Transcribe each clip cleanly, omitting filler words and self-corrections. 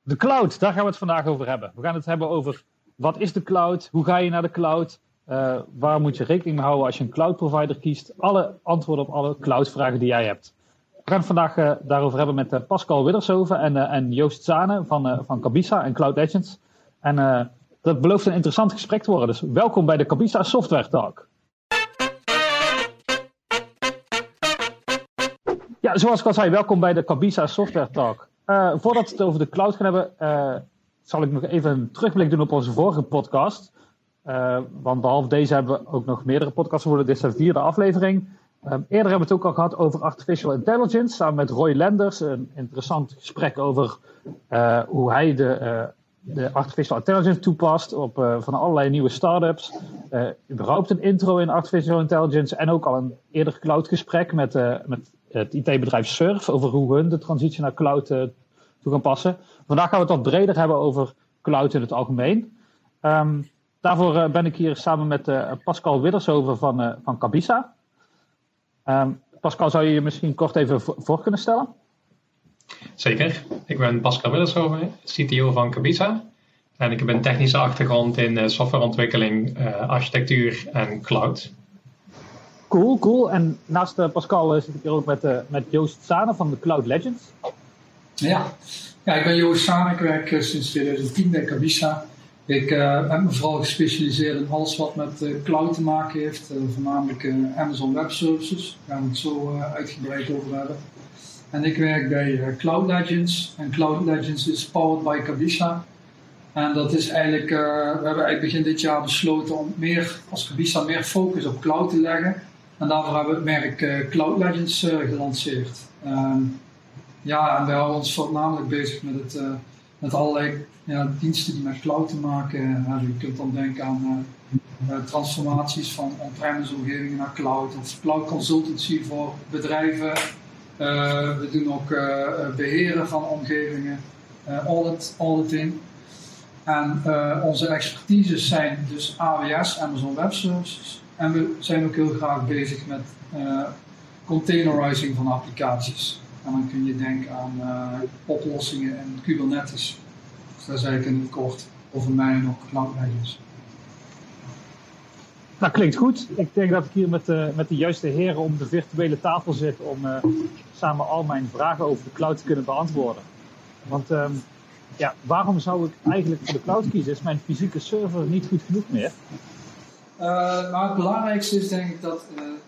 De cloud, daar gaan we het vandaag over hebben. We gaan het hebben over wat is de cloud, hoe ga je naar de cloud, waar moet je rekening mee houden als je een cloud provider kiest. Alle antwoorden op alle cloud-vragen die jij hebt. We gaan het vandaag daarover hebben met Pascal Widdershoven en Joost Zane van Cabisa en Cloud Legends. En dat belooft een interessant gesprek te worden. Dus welkom bij de Cabisa Software Talk. Ja, zoals ik al zei, welkom bij de Cabisa Software Talk. Voordat we het over de cloud gaan hebben, zal ik nog even een terugblik doen op onze vorige podcast. Want behalve deze hebben we ook nog meerdere podcasts geworden. Dit is de 4e aflevering. Eerder hebben we het ook al gehad over artificial intelligence, samen met Roy Lenders. Een interessant gesprek over hoe hij de artificial intelligence toepast op van allerlei nieuwe start-ups. Überhaupt een intro in artificial intelligence en ook al een eerder cloud gesprek met het IT-bedrijf Surf over hoe hun de transitie naar cloud toe gaan passen. Vandaag gaan we het wat breder hebben over cloud in het algemeen. Daarvoor ben ik hier samen met Pascal Widdershoven van Cabisa. Pascal, zou je je misschien kort even voor kunnen stellen? Zeker. Ik ben Pascal Widdershoven, CTO van Cabisa. En ik heb een technische achtergrond in softwareontwikkeling, architectuur en cloud. Cool. En naast Pascal zit ik hier ook met Joost Zane van de Cloud Legends. Ja, ik ben Joost Zane. Ik werk sinds 2010 bij Cabisa. Ik heb me vooral gespecialiseerd in alles wat met cloud te maken heeft. Voornamelijk Amazon Web Services. Daar gaan we het zo uitgebreid over hebben. En ik werk bij Cloud Legends. En Cloud Legends is powered by Cabisa. En dat is eigenlijk, we hebben eigenlijk begin dit jaar besloten om als Cabisa meer focus op cloud te leggen. En daarvoor hebben we het merk Cloud Legends gelanceerd. En wij houden ons voornamelijk bezig met allerlei diensten die met cloud te maken hebben. Je kunt dan denken aan transformaties van on-premise omgevingen naar cloud of cloud consultancy voor bedrijven. We doen ook beheren van omgevingen, auditing. En onze expertises zijn dus AWS, Amazon Web Services. En we zijn ook heel graag bezig met containerizing van applicaties. En dan kun je denken aan oplossingen in Kubernetes. Dus dat is eigenlijk in het kort over mij en ook Cloud Legends. Nou, klinkt goed. Ik denk dat ik hier met de juiste heren om de virtuele tafel zit om samen al mijn vragen over de cloud te kunnen beantwoorden. Want waarom zou ik eigenlijk voor de cloud kiezen? Is mijn fysieke server niet goed genoeg meer? Het belangrijkste is denk ik dat,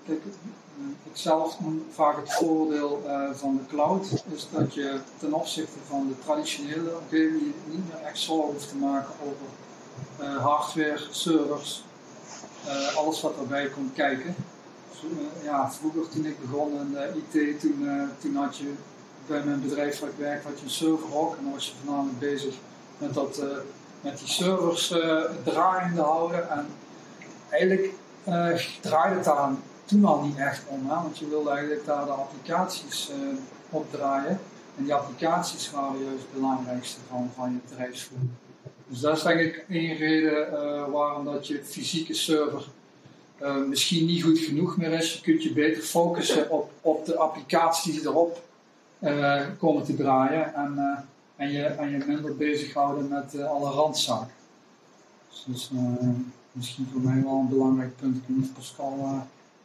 ik zelf noem vaak het voordeel van de cloud, is dat je ten opzichte van de traditionele omgeving je niet meer echt zorgen hoeft te maken over hardware, servers, alles wat erbij komt kijken. Vroeger toen ik begon in IT, toen had je bij mijn bedrijf waar ik werk, had je een serverhok en dan was je voornamelijk bezig met die servers draaiende houden. En eigenlijk draaide het daar toen al niet echt om, want je wilde eigenlijk daar de applicaties op draaien. En die applicaties waren juist het belangrijkste van je bedrijfsvoer. Dus dat is denk ik één reden waarom dat je fysieke server misschien niet goed genoeg meer is. Je kunt je beter focussen op de applicaties die erop komen te draaien en je minder bezighouden met alle randzaken. Dus misschien voor mij wel een belangrijk punt. Ik weet niet of Pascal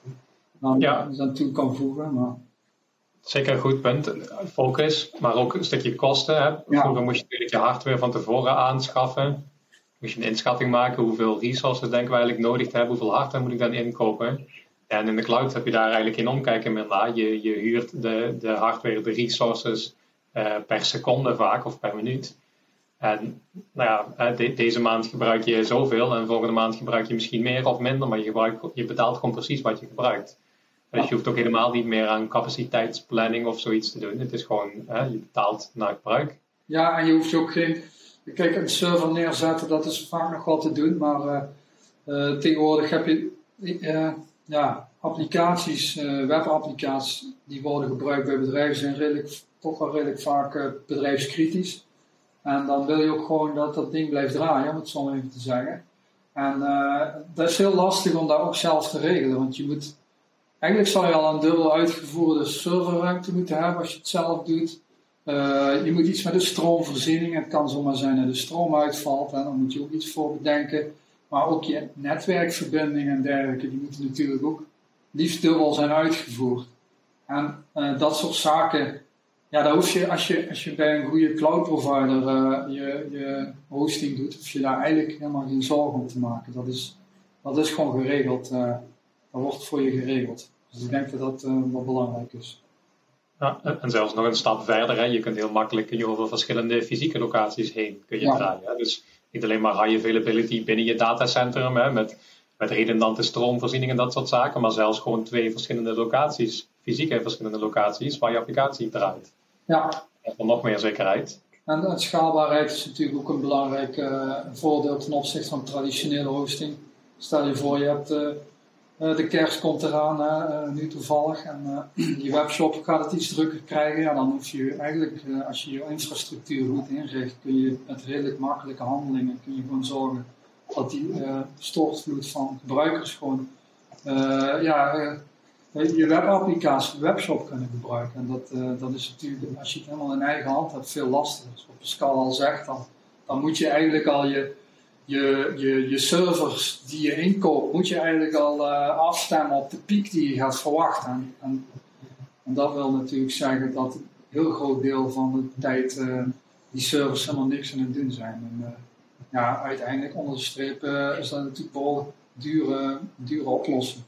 aan toe kan voegen. Maar... Zeker een goed punt. Focus, maar ook een stukje kosten. Hè? Vroeger moest je natuurlijk je hardware van tevoren aanschaffen. Moest je een inschatting maken hoeveel resources denken we eigenlijk nodig te hebben. Hoeveel hardware moet ik dan inkopen? En in de cloud heb je daar eigenlijk geen omkijken meer naar. Je huurt de hardware, de resources per seconde vaak of per minuut. En deze maand gebruik je zoveel en volgende maand gebruik je misschien meer of minder, maar je betaalt gewoon precies wat je gebruikt. Dus je hoeft ook helemaal niet meer aan capaciteitsplanning of zoiets te doen. Het is gewoon, je betaalt naar gebruik. Ja, en je hoeft ook geen... Kijk, een server neerzetten, dat is vaak nog wel te doen, maar tegenwoordig heb je applicaties, webapplicaties, die worden gebruikt bij bedrijven, zijn toch wel redelijk vaak bedrijfskritisch. En dan wil je ook gewoon dat dat ding blijft draaien, om het zo even te zeggen. En dat is heel lastig om dat ook zelf te regelen, want je moet... Eigenlijk zou je al een dubbel uitgevoerde serverruimte moeten hebben als je het zelf doet. Je moet iets met de stroomvoorziening. Het kan zomaar zijn dat de stroom uitvalt. En dan moet je ook iets voor bedenken. Maar ook je netwerkverbindingen en dergelijke, die moeten natuurlijk ook liefst dubbel zijn uitgevoerd. En dat soort zaken, ja, daar hoef je, als je bij een goede cloud provider je hosting doet, hoef je daar eigenlijk helemaal geen zorgen om te maken. Dat is gewoon geregeld. Dat wordt voor je geregeld. Dus ik denk dat dat wel belangrijk is. Ja, en zelfs nog een stap verder, hè. Je kunt heel makkelijk in over verschillende fysieke locaties heen draaien. Hè. Dus niet alleen maar high availability binnen je datacentrum, hè, met redundante stroomvoorziening en dat soort zaken, maar zelfs gewoon 2 verschillende locaties, fysieke verschillende locaties, waar je applicatie draait. Ja. En voor nog meer zekerheid. En schaalbaarheid is natuurlijk ook een belangrijk voordeel ten opzichte van traditionele hosting. Stel je voor, je hebt de kerst komt eraan, nu toevallig, en je webshop gaat het iets drukker krijgen. Ja, dan hoef je eigenlijk, als je je infrastructuur goed inricht, kun je met redelijk makkelijke handelingen kun je gewoon zorgen dat die stortvloed van gebruikers gewoon je webapplicatie, webshop kunnen gebruiken. En dat is natuurlijk, als je het helemaal in eigen hand hebt, veel lastiger. Dus wat Pascal al zegt, dan moet je eigenlijk al je servers die je inkoopt, moet je eigenlijk al afstemmen op de piek die je gaat verwachten. En dat wil natuurlijk zeggen dat een heel groot deel van de tijd die servers helemaal niks aan het doen zijn. En uiteindelijk onder de streep is dat natuurlijk wel dure oplossing.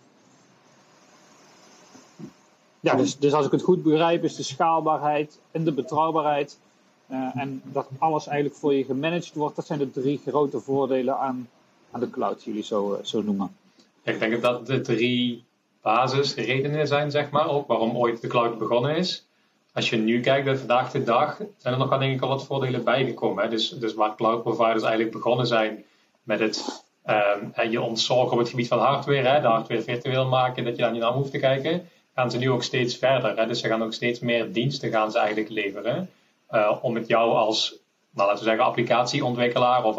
Ja, dus als ik het goed begrijp, is de schaalbaarheid en de betrouwbaarheid en dat alles eigenlijk voor je gemanaged wordt, dat zijn de 3 grote voordelen aan de cloud, die jullie zo noemen. Ik denk dat de 3 basisredenen zijn, zeg maar, ook waarom ooit de cloud begonnen is. Als je nu kijkt naar vandaag de dag, zijn er nog wel denk ik al wat voordelen bijgekomen. Hè? Dus waar cloud providers eigenlijk begonnen zijn met het je ontzorgen op het gebied van hardware, hè? De hardware virtueel maken, dat je daar niet naar hoeft te kijken, gaan ze nu ook steeds verder. Hè? Dus ze gaan ook steeds meer diensten gaan ze eigenlijk leveren. Om met jou als, laten we zeggen, applicatieontwikkelaar of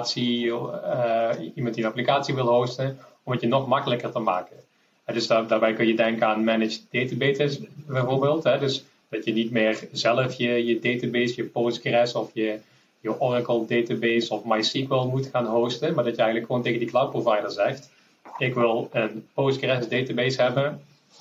iemand die een applicatie wil hosten, om het je nog makkelijker te maken. Dus daarbij kun je denken aan managed databases bijvoorbeeld. Hè? Dus dat je niet meer zelf je database, je Postgres of je Oracle database of MySQL moet gaan hosten, maar dat je eigenlijk gewoon tegen die cloud provider zegt, ik wil een Postgres database hebben.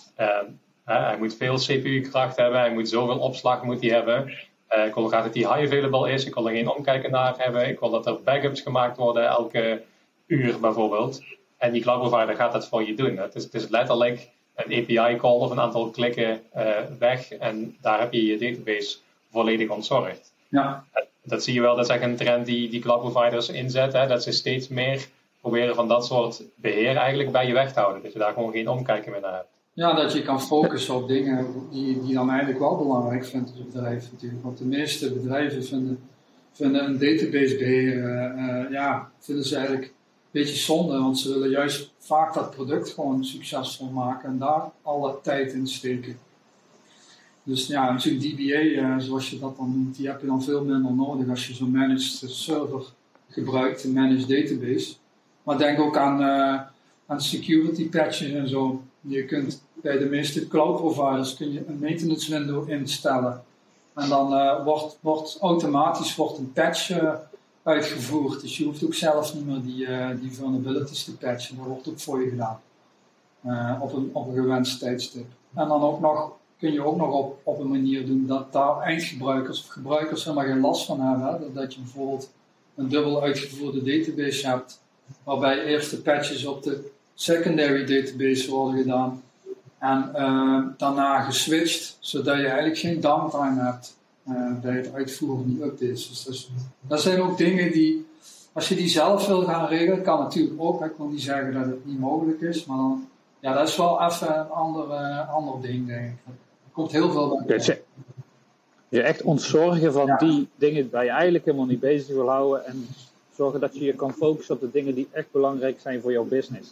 Hij moet veel CPU-kracht hebben, hij moet zoveel opslag moet hij hebben. Ik wil graag dat die high available is, ik wil er geen omkijken naar hebben, ik wil dat er backups gemaakt worden elke uur bijvoorbeeld. En die cloud provider gaat dat voor je doen. Het is letterlijk een API call of een aantal klikken weg en daar heb je je database volledig ontzorgd. Ja. Dat zie je wel, dat is echt een trend die cloud providers inzetten, hè, dat ze steeds meer proberen van dat soort beheer eigenlijk bij je weg te houden. Dat je daar gewoon geen omkijken meer naar hebt. Ja, dat je kan focussen op dingen die dan eigenlijk wel belangrijk vindt als bedrijf natuurlijk. Want de meeste bedrijven vinden een databasebeheer, vinden ze eigenlijk een beetje zonde. Want ze willen juist vaak dat product gewoon succesvol maken en daar alle tijd in steken. Dus ja, natuurlijk DBA, zoals je dat dan noemt, die heb je dan veel minder nodig als je zo'n managed server gebruikt, een managed database. Maar denk ook aan security patches en zo. Je kunt bij de meeste cloud providers kun je een maintenance window instellen. En dan wordt automatisch een patch uitgevoerd. Dus je hoeft ook zelf niet meer die vulnerabilities te patchen. Dat wordt ook voor je gedaan. Op een gewenst tijdstip. En dan ook nog, kun je ook nog op een manier doen dat daar eindgebruikers of gebruikers helemaal geen last van hebben. Hè? Dat je bijvoorbeeld een dubbel uitgevoerde database hebt. Waarbij eerst de patches op de secondary database worden gedaan en daarna geswitcht, zodat je eigenlijk geen downtime hebt bij het uitvoeren van die updates. Dus dat zijn ook dingen die, als je die zelf wil gaan regelen, kan natuurlijk ook. Ik wil niet zeggen dat het niet mogelijk is, maar dan, ja, dat is wel even een ander ding, denk ik. Er komt heel veel bij. Je echt ontzorgen van die dingen waar je eigenlijk helemaal niet bezig wil houden en zorgen dat je kan focussen op de dingen die echt belangrijk zijn voor jouw business.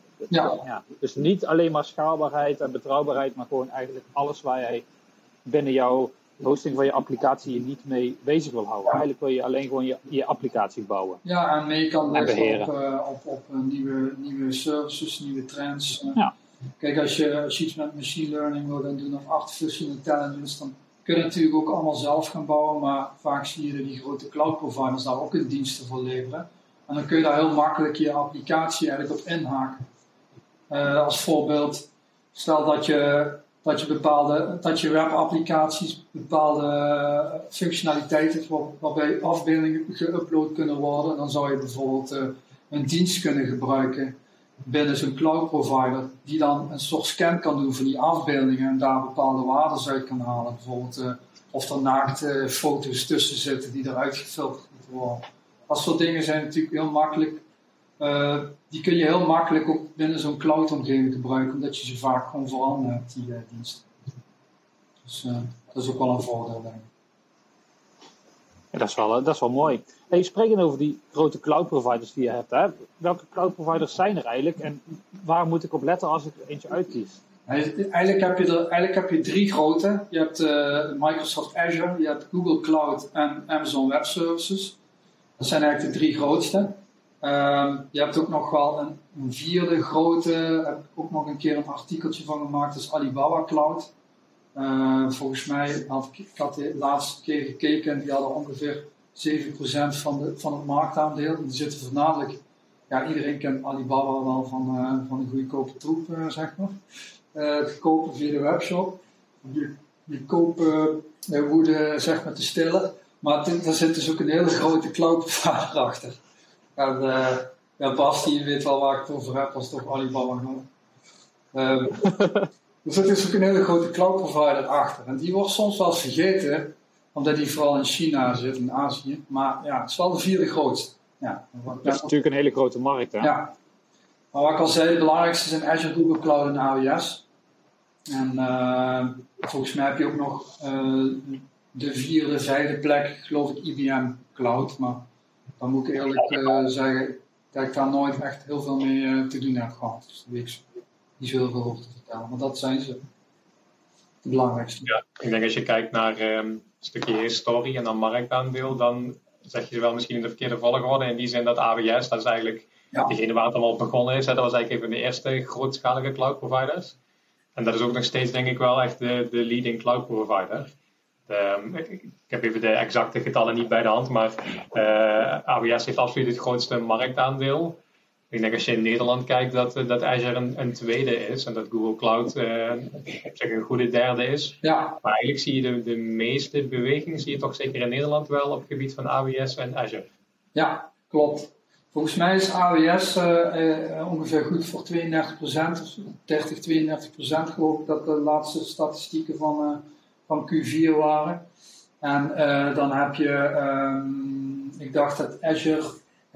Dus niet alleen maar schaalbaarheid en betrouwbaarheid, maar gewoon eigenlijk alles waar jij binnen jouw hosting van je applicatie je niet mee bezig wil houden. Eigenlijk wil je alleen gewoon je applicatie bouwen. Ja, en mee kan leggen op nieuwe services, nieuwe trends. Kijk, als je iets met machine learning wil gaan doen of artificial intelligence, kun je natuurlijk ook allemaal zelf gaan bouwen, maar vaak zie je dat die grote cloud providers daar ook een diensten voor leveren. En dan kun je daar heel makkelijk je applicatie eigenlijk op inhaken. Als voorbeeld, stel dat je webapplicaties bepaalde functionaliteit heeft waarbij afbeeldingen geüpload kunnen worden, dan zou je bijvoorbeeld een dienst kunnen gebruiken binnen zo'n cloud provider die dan een soort scan kan doen van die afbeeldingen en daar bepaalde waarden uit kan halen. Bijvoorbeeld of er naakte foto's tussen zitten die eruit gefilterd moeten worden. Dat soort dingen zijn natuurlijk heel makkelijk. Die kun je heel makkelijk ook binnen zo'n cloud-omgeving gebruiken, omdat je ze vaak gewoon voorhanden hebt, die diensten. Dus dat is ook wel een voordeel, denk ik. Ja, dat is wel mooi. Hey, spreken over die grote cloud providers die je hebt. Hè? Welke cloud providers zijn er eigenlijk en waar moet ik op letten als ik er eentje uitkies? Eigenlijk heb je 3 grote. Je hebt Microsoft Azure, je hebt Google Cloud en Amazon Web Services. Dat zijn eigenlijk de 3 grootste. Je hebt ook nog wel een 4e grote, heb ik ook nog een keer een artikeltje van gemaakt, dat is Alibaba Cloud. Volgens mij had ik de laatste keer gekeken en die hadden ongeveer 7% van het marktaandeel. Die zitten voornamelijk, iedereen kent Alibaba wel van de goedkope troep, zeg maar. Te kopen via de webshop. Je koopwoede, zeg maar, te stillen. Maar er zit dus ook een hele grote cloud provider achter. En Bas, die weet wel waar ik het over heb, als het toch Alibaba genoemd. Er zit dus ook een hele grote cloud provider achter. En die wordt soms wel eens vergeten, omdat die vooral in China zit, in Azië. Maar ja, het is wel de 4e grootste. Ja, dat is natuurlijk een hele grote markt, hè? Ja. Maar wat ik al zei, het belangrijkste zijn Azure, Google Cloud en AWS. En volgens mij heb je ook nog de 4e, 5e plek, geloof ik, IBM Cloud. Maar dan moet ik eerlijk zeggen dat ik daar nooit echt heel veel mee te doen heb gehad. Dus daar weet ik niet zo heel veel over te vertellen. Maar dat zijn ze. Het belangrijkste. Ja, ik denk als je kijkt naar een stukje historie en dan marktaandeel, dan zeg je wel misschien in de verkeerde volgorde. In die zin dat AWS, dat is eigenlijk degene waar het allemaal begonnen is. Hè, dat was eigenlijk een van de eerste grootschalige cloud providers. En dat is ook nog steeds denk ik wel echt de leading cloud provider. Ik heb even de exacte getallen niet bij de hand, maar AWS heeft absoluut het grootste marktaandeel. Ik denk als je in Nederland kijkt dat Azure een tweede is en dat Google Cloud een goede derde is. Ja. Maar eigenlijk zie je de meeste beweging zie je toch zeker in Nederland wel op het gebied van AWS en Azure. Ja, klopt. Volgens mij is AWS ongeveer goed voor 32%, of 30-32% geloof ik dat de laatste statistieken van Q4 waren. En dan heb je, ik dacht dat Azure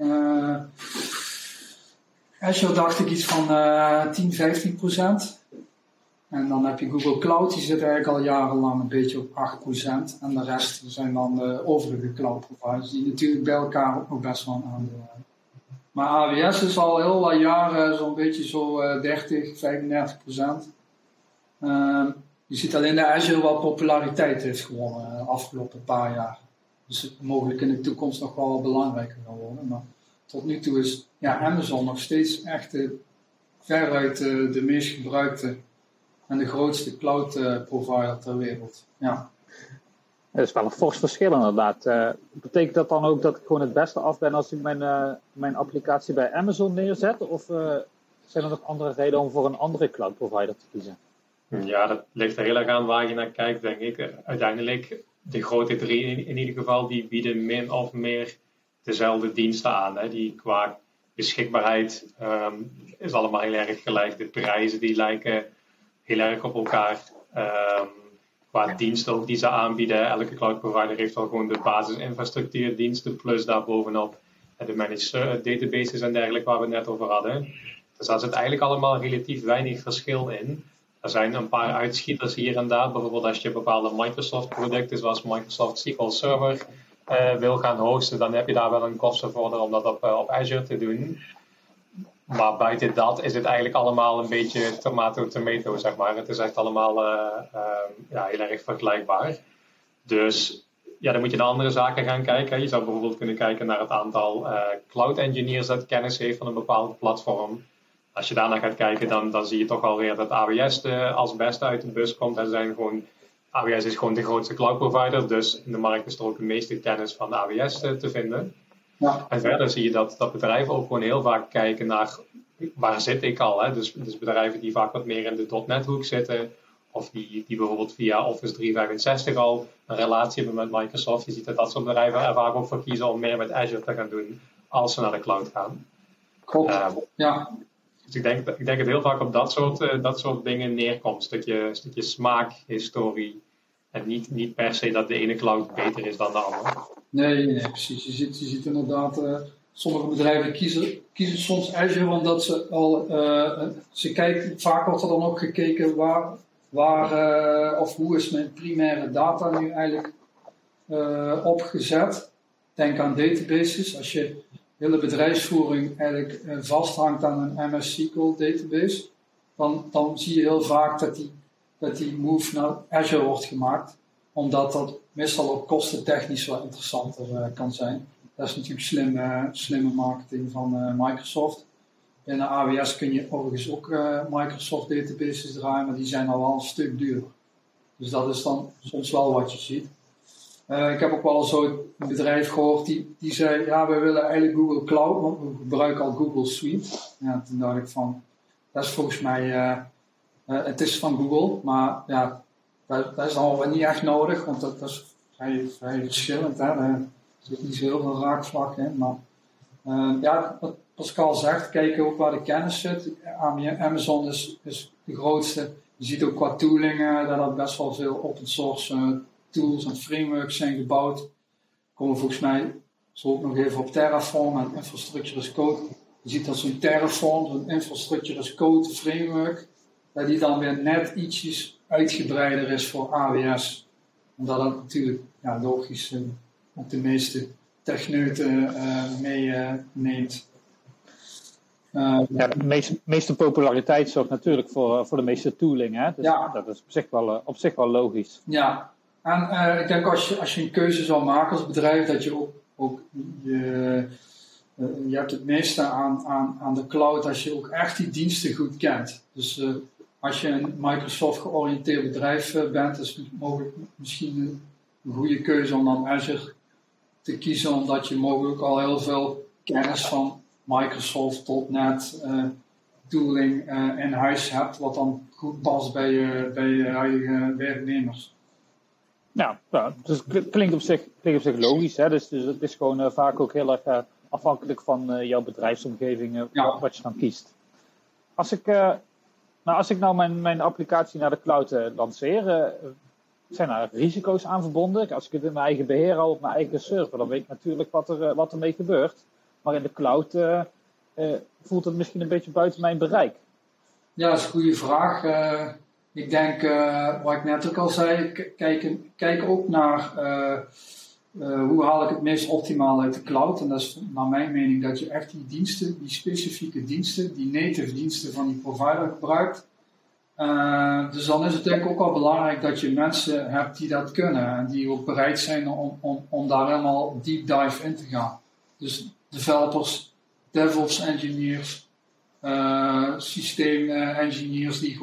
dacht ik iets van 10-15%. En dan heb je Google Cloud, die zit eigenlijk al jarenlang een beetje op 8%. En de rest zijn dan de overige cloud providers, die natuurlijk bij elkaar ook nog best wel een aandeel hebben. Maar AWS is al heel wat jaren zo'n beetje zo 30-35%. Je ziet alleen dat Azure wel populariteit heeft gewonnen de afgelopen paar jaar. Dus het mogelijk in de toekomst nog wel belangrijker gaan worden. Maar tot nu toe is Amazon nog steeds echt veruit de meest gebruikte en de grootste cloud provider ter wereld. Ja. Dat is wel een fors verschil inderdaad. Betekent dat dan ook dat ik gewoon het beste af ben als ik mijn applicatie bij Amazon neerzet? Of zijn er nog andere redenen om voor een andere cloud provider te kiezen? Ja, dat ligt er heel erg aan waar je naar kijkt, denk ik. Uiteindelijk, de grote 3 in ieder geval, die bieden min of meer dezelfde diensten aan. Hè. Die qua beschikbaarheid is allemaal heel erg gelijk. De prijzen die lijken heel erg op elkaar. Qua diensten ook die ze aanbieden. Elke cloud provider heeft al gewoon de basisinfrastructuurdiensten plus daarbovenop de managed databases en dergelijke waar we het net over hadden. Dus daar zit eigenlijk allemaal relatief weinig verschil in. Er zijn een paar uitschieters hier en daar. Bijvoorbeeld als je bepaalde Microsoft producten zoals Microsoft SQL Server wil gaan hosten, dan heb je daar wel een kostenvoordeel om dat op Azure te doen. Maar buiten dat is het eigenlijk allemaal een beetje tomato, zeg maar. Het is echt allemaal heel erg vergelijkbaar. Dus ja, dan moet je naar andere zaken gaan kijken. Je zou bijvoorbeeld kunnen kijken naar het aantal cloud engineers dat kennis heeft van een bepaald platform. Als je daarnaar gaat kijken, dan zie je toch alweer dat AWS als beste uit de bus komt. Er zijn gewoon AWS is gewoon de grootste cloud provider, dus in de markt is er ook de meeste kennis van AWS te vinden. Ja. En verder zie je dat bedrijven ook gewoon heel vaak kijken naar waar zit ik al. Hè? Dus bedrijven die vaak wat meer in de .NET hoek zitten, of die bijvoorbeeld via Office 365 al een relatie hebben met Microsoft. Je ziet dat soort bedrijven er vaak ook voor kiezen om meer met Azure te gaan doen als ze naar de cloud gaan. Klopt, ja. Dus ik denk het heel vaak op dat soort dingen neerkomt. Een stukje smaakhistorie. En niet per se dat de ene cloud beter is dan de andere. Nee, precies. Je ziet inderdaad, sommige bedrijven kiezen soms Azure omdat ze kijken, vaak wordt er dan ook gekeken waar of hoe is mijn primaire data nu eigenlijk opgezet. Denk aan databases. Als je hele bedrijfsvoering eigenlijk vasthangt aan een MS SQL database, dan zie je heel vaak dat die move naar Azure wordt gemaakt, omdat dat meestal ook kostentechnisch wel interessanter kan zijn. Dat is natuurlijk slimme marketing van Microsoft. Binnen AWS kun je overigens ook Microsoft databases draaien, maar die zijn al wel een stuk duurder. Dus dat is dan soms wel wat je ziet. Ik heb ook wel eens een bedrijf gehoord die zei, ja, we willen eigenlijk Google Cloud, want we gebruiken al Google Suite. Ja, toen dacht ik van, dat is volgens mij, het is van Google, maar ja, dat is dan wel niet echt nodig, want dat is vrij verschillend. Hè? Er zit niet zo heel veel raakvlak in, maar ja, wat Pascal zegt, kijken ook waar de kennis zit. Amazon is de grootste. Je ziet ook qua toolingen dat er best wel veel open source tools en frameworks zijn gebouwd. Komen volgens mij zo ook nog even op Terraform en Infrastructure as Code. Je ziet dat zo'n Terraform, zo'n Infrastructure as Code framework, dat die dan weer net ietsjes uitgebreider is voor AWS. Omdat dat natuurlijk, ja, logisch, ook de meeste techneuten meeneemt. Ja, de meeste populariteit zorgt natuurlijk voor de meeste tooling. Hè? Dus ja. Dat is op zich wel logisch. Ja, en ik denk als je een keuze zou maken als bedrijf, dat je ook je hebt het meeste aan de cloud als je ook echt die diensten goed kent. Dus als je een Microsoft georiënteerd bedrijf bent, is het mogelijk misschien een goede keuze om dan Azure te kiezen, omdat je mogelijk al heel veel kennis van Microsoft, .NET, tooling in huis hebt, wat dan goed past bij je huidige werknemers. Ja, dus het klinkt op zich logisch. Hè? Dus het is gewoon vaak ook heel erg afhankelijk van jouw bedrijfsomgeving wat je dan kiest. Als ik nou mijn applicatie naar de cloud lanceer, zijn er risico's aan verbonden. Als ik het in mijn eigen beheer al op mijn eigen server, dan weet ik natuurlijk wat er mee gebeurt. Maar in de cloud voelt het misschien een beetje buiten mijn bereik. Ja, dat is een goede vraag. Ik denk, wat ik net ook al zei, kijk ook naar hoe haal ik het meest optimaal uit de cloud. En dat is naar mijn mening dat je echt die diensten, die specifieke diensten, die native diensten van die provider gebruikt. Dus dan is het denk ik ook wel belangrijk dat je mensen hebt die dat kunnen. En die ook bereid zijn om daar helemaal deep dive in te gaan. Dus developers, DevOps engineers, systeem engineers die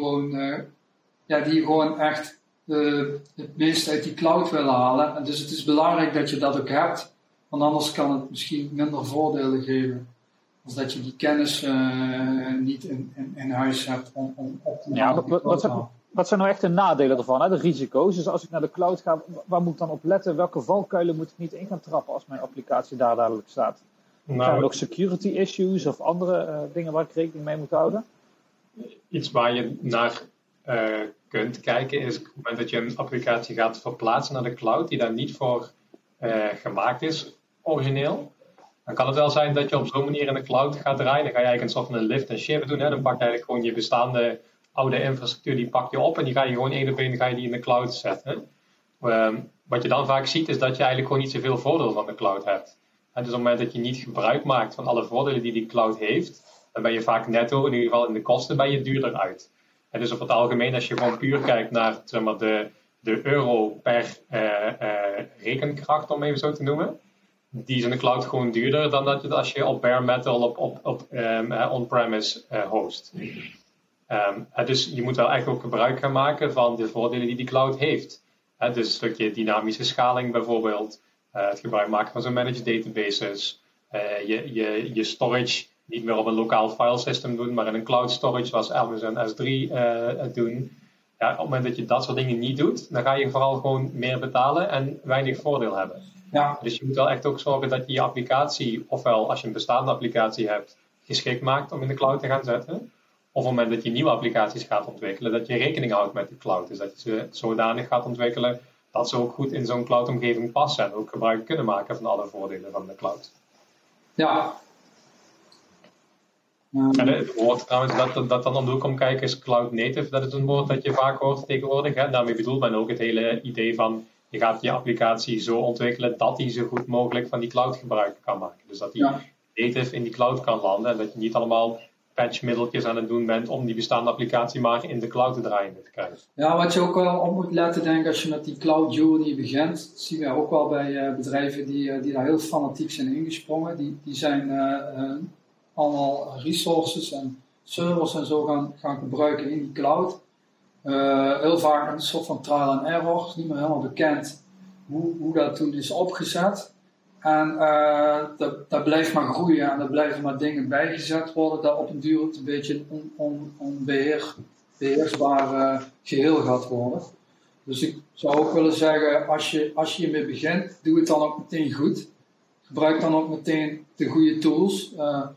gewoon echt het meeste uit die cloud willen halen. En dus het is belangrijk dat je dat ook hebt, want anders kan het misschien minder voordelen geven. Als dat je die kennis niet in huis hebt om op te halen. Wat zijn nou echt de nadelen ervan, hè? De risico's? Dus als ik naar de cloud ga, waar moet ik dan op letten? Welke valkuilen moet ik niet in gaan trappen als mijn applicatie daar dadelijk staat? Zijn er nog security issues of andere dingen waar ik rekening mee moet houden? Iets waar je naar kunt kijken is op het moment dat je een applicatie gaat verplaatsen naar de cloud, die daar niet voor gemaakt is, origineel. Dan kan het wel zijn dat je op zo'n manier in de cloud gaat draaien. Dan ga je eigenlijk een soort van een lift en shift doen. Hè? Dan pak je eigenlijk gewoon je bestaande oude infrastructuur, die pak je op en die ga je gewoon één op één in de cloud zetten. Wat je dan vaak ziet is dat je eigenlijk gewoon niet zoveel voordeel van de cloud hebt. En dus op het moment dat je niet gebruik maakt van alle voordelen die cloud heeft, dan ben je vaak netto, in ieder geval in de kosten, ben je duurder uit. En dus op het algemeen, als je gewoon puur kijkt naar zeg maar, de euro per rekenkracht, om even zo te noemen, die is in de cloud gewoon duurder dan dat als je op bare metal op on-premise host. Dus je moet wel echt ook gebruik gaan maken van de voordelen die cloud heeft. Dus een stukje dynamische schaling bijvoorbeeld. Het gebruik maken van zo'n managed databases. Je storage niet meer op een lokaal filesystem doen, maar in een cloud storage zoals Amazon S3 doen. Ja, op het moment dat je dat soort dingen niet doet, dan ga je vooral gewoon meer betalen en weinig voordeel hebben. Ja. Dus je moet wel echt ook zorgen dat je je applicatie, ofwel als je een bestaande applicatie hebt, geschikt maakt om in de cloud te gaan zetten. Of op het moment dat je nieuwe applicaties gaat ontwikkelen, dat je rekening houdt met de cloud. Dus dat je ze zodanig gaat ontwikkelen dat ze ook goed in zo'n cloud-omgeving passen en ook gebruik kunnen maken van alle voordelen van de cloud. Ja. En het woord trouwens dat dan om de hoek komt kijken is cloud native. Dat is een woord dat je vaak hoort tegenwoordig. Hè? Daarmee bedoelt men ook het hele idee van je gaat je applicatie zo ontwikkelen dat die zo goed mogelijk van die cloud gebruik kan maken. Dus dat die native in die cloud kan landen en dat je niet allemaal patchmiddeltjes aan het doen bent om die bestaande applicatie maar in de cloud te draaien te krijgen. Ja, wat je ook wel op moet letten, denk ik, als je met die cloud journey begint, dat zien we ook wel bij bedrijven die daar heel fanatiek zijn ingesprongen. Die zijn allemaal resources en servers en zo gaan gebruiken in die cloud. Heel vaak een soort van trial and error, is niet meer helemaal bekend hoe dat toen is opgezet. En dat blijft maar groeien en er blijven maar dingen bijgezet worden dat op een duur een beetje een onbeheersbaar geheel gaat worden. Dus ik zou ook willen zeggen, als je hiermee begint, doe het dan ook meteen goed. Gebruik dan ook meteen de goede tools.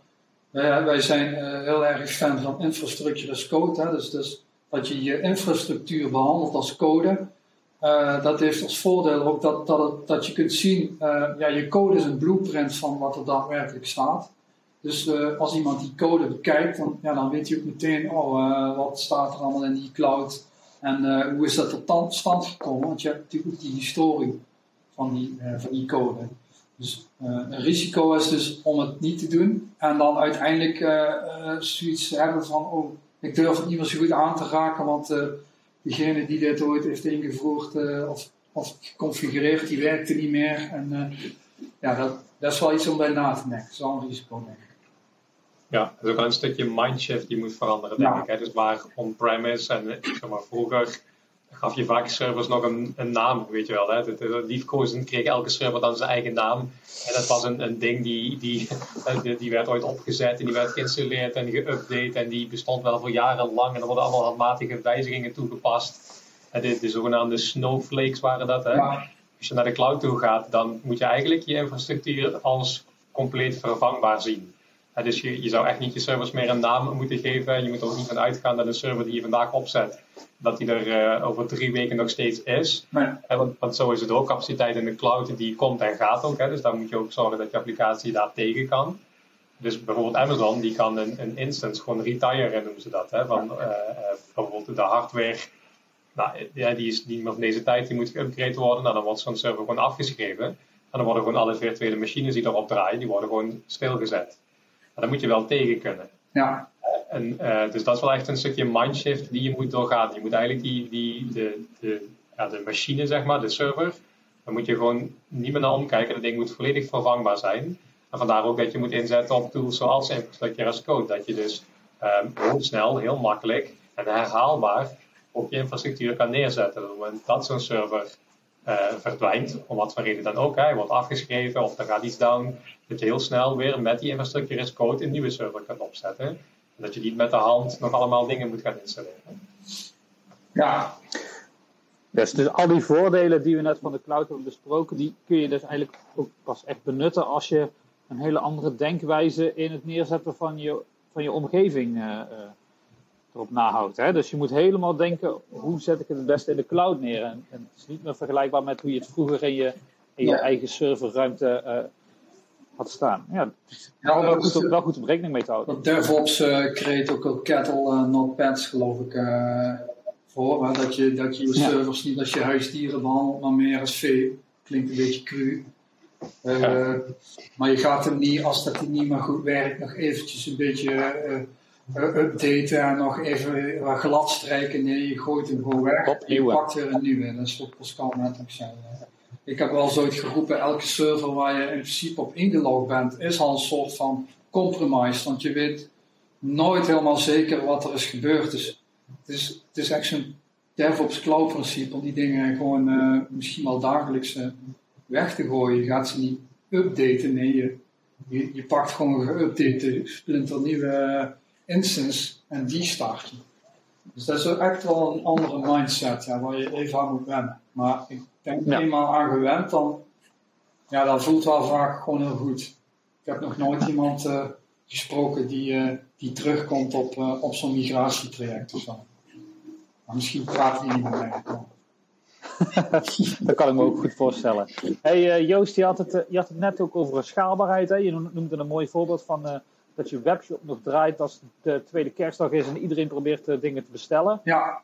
Wij zijn heel erg fan van infrastructure as code. Hè? Dus dat je je infrastructuur behandelt als code. Dat heeft als voordeel ook dat je kunt zien, je code is een blueprint van wat er daadwerkelijk staat. Dus als iemand die code bekijkt, dan weet hij ook meteen, wat staat er allemaal in die cloud en hoe is dat tot stand gekomen, want je hebt natuurlijk ook die historie van die code. Dus een risico is dus om het niet te doen en dan uiteindelijk zoiets hebben van, ik durf het niet meer zo goed aan te raken, want degene die dit ooit heeft ingevoerd of geconfigureerd, die werkte niet meer. En dat is wel iets om bij na te denken. Dat is wel een risico, denk ik. Ja, dat is ook wel een stukje mindshift die moet veranderen, denk ik. Hè? Dus waar on-premise en zeg maar, vroeger gaf je vaak servers nog een naam, weet je wel. Hè? Liefkozend kreeg elke server dan zijn eigen naam. En dat was een ding die werd ooit opgezet en die werd geïnstalleerd en geüpdate. En die bestond wel voor jaren lang. En er worden allemaal handmatige wijzigingen toegepast. En de zogenaamde snowflakes waren dat. Hè? Ja. Als je naar de cloud toe gaat, dan moet je eigenlijk je infrastructuur als compleet vervangbaar zien. Dus je zou echt niet je servers meer een naam moeten geven. Je moet er ook niet van uitgaan dat een server die je vandaag opzet, dat die er over 3 weken nog steeds is. Nee. Want zo is het ook. Capaciteit in de cloud die komt en gaat ook. Hè. Dus daar moet je ook zorgen dat je applicatie daar tegen kan. Dus bijvoorbeeld Amazon, die kan een instance gewoon retiren, noemen ze dat. Hè. Van bijvoorbeeld de hardware, die is niet meer van deze tijd, die moet geüpgrade worden. Nou, dan wordt zo'n server gewoon afgeschreven. En dan worden gewoon alle virtuele machines die erop draaien, die worden gewoon stilgezet. Maar daar moet je wel tegen kunnen. Ja. Dus dat is wel echt een stukje mindshift die je moet doorgaan. Je moet eigenlijk de machine, zeg maar, de server, daar moet je gewoon niet meer naar omkijken. Dat ding moet volledig vervangbaar zijn. En vandaar ook dat je moet inzetten op tools zoals infrastructure as code. Dat je dus heel snel, heel makkelijk en herhaalbaar op je infrastructuur kan neerzetten. Op het moment dat zo'n server verdwijnt, om wat voor reden dan ook, hij wordt afgeschreven of er gaat iets down, dat je heel snel weer met die infrastructure as code een nieuwe server kan opzetten. En dat je niet met de hand nog allemaal dingen moet gaan installeren. Ja. Dus al die voordelen die we net van de cloud hebben besproken, die kun je dus eigenlijk ook pas echt benutten als je een hele andere denkwijze in het neerzetten van je omgeving erop nahoudt. Hè? Dus je moet helemaal denken, hoe zet ik het beste in de cloud neer? En het is niet meer vergelijkbaar met hoe je het vroeger in je eigen serverruimte had staan. Ja, wel goed om rekening mee te houden. DevOps creëert ook al cattle notepads, geloof ik, voor. Hè? Dat je servers niet als je huisdieren behandelt, maar meer als vee. Klinkt een beetje cru. Maar je gaat hem niet, als dat niet meer goed werkt, nog eventjes een beetje updaten en nog even glad strijken. Nee, je gooit hem gewoon weg. Je pakt weer een nieuwe. Dat is wat Pascal net ook zei. Ik heb wel zoiets geroepen, elke server waar je in principe op ingelogd bent, is al een soort van compromise. Want je weet nooit helemaal zeker wat er is gebeurd. Dus het is echt zo'n DevOps Cloud principe om die dingen gewoon misschien wel dagelijks weg te gooien. Je gaat ze niet updaten. Nee, je pakt gewoon een geüpdate splinternieuwe instance en die start je. Dus dat is echt wel een andere mindset waar je even aan moet wennen. Maar ik denk eenmaal aan gewend, dan voelt wel vaak gewoon heel goed. Ik heb nog nooit iemand gesproken die terugkomt op zo'n migratietraject of zo. Maar misschien praat hij niet met mij. Dat kan ik me ook goed voorstellen. Hey, Joost, je had het net ook over schaalbaarheid. Hè? Je noemde een mooi voorbeeld van dat je webshop nog draait als de tweede kerstdag is en iedereen probeert dingen te bestellen. Ja.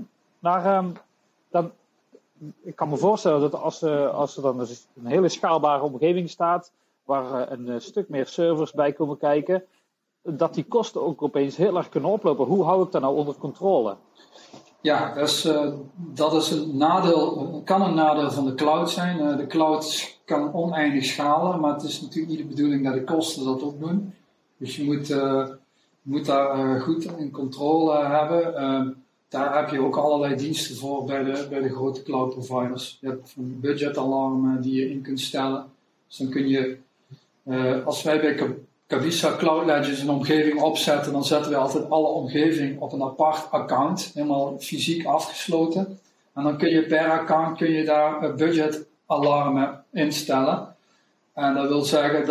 Dan, ik kan me voorstellen dat als er dan dus een hele schaalbare omgeving staat, waar een stuk meer servers bij komen kijken, dat die kosten ook opeens heel erg kunnen oplopen. Hoe hou ik dat nou onder controle? Ja, dat is een nadeel, kan een nadeel van de cloud zijn. De cloud kan oneindig schalen, maar het is natuurlijk niet de bedoeling dat de kosten dat ook doen. Dus je moet daar goed in controle hebben. Daar heb je ook allerlei diensten voor bij de grote cloud providers. Je hebt budgetalarmen die je in kunt stellen. Dus dan kun je, als wij bij Cabisa Cloud Legends een omgeving opzetten, dan zetten we altijd alle omgeving op een apart account, helemaal fysiek afgesloten. En dan kun je per account daar budgetalarmen instellen. En dat wil zeggen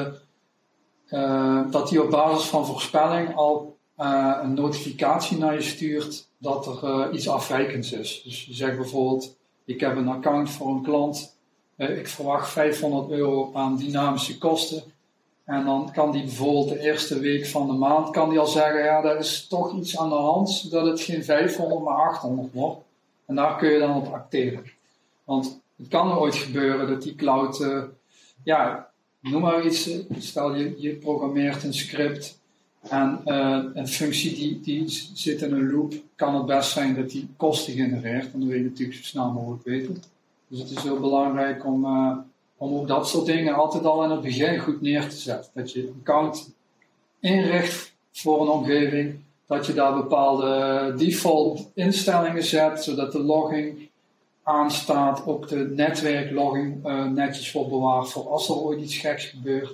dat die op basis van voorspelling al een notificatie naar je stuurt dat er iets afwijkends is. Dus je zegt bijvoorbeeld, ik heb een account voor een klant, ik verwacht €500 aan dynamische kosten. En dan kan die bijvoorbeeld de eerste week van de maand kan die al zeggen, ja, er is toch iets aan de hand, dat het geen 500 maar 800 wordt. En daar kun je dan op acteren. Want het kan ooit gebeuren dat die cloud, noem maar iets, stel je programmeert een script en een functie die zit in een loop, kan het best zijn dat die kosten genereert. En dat wil je natuurlijk zo snel mogelijk weten. Dus het is heel belangrijk om ook dat soort dingen altijd al in het begin goed neer te zetten. Dat je een account inricht voor een omgeving, dat je daar bepaalde default instellingen zet, zodat de logging aanstaat, ook de netwerklogging netjes wordt bewaard voor als er ooit iets geks gebeurt.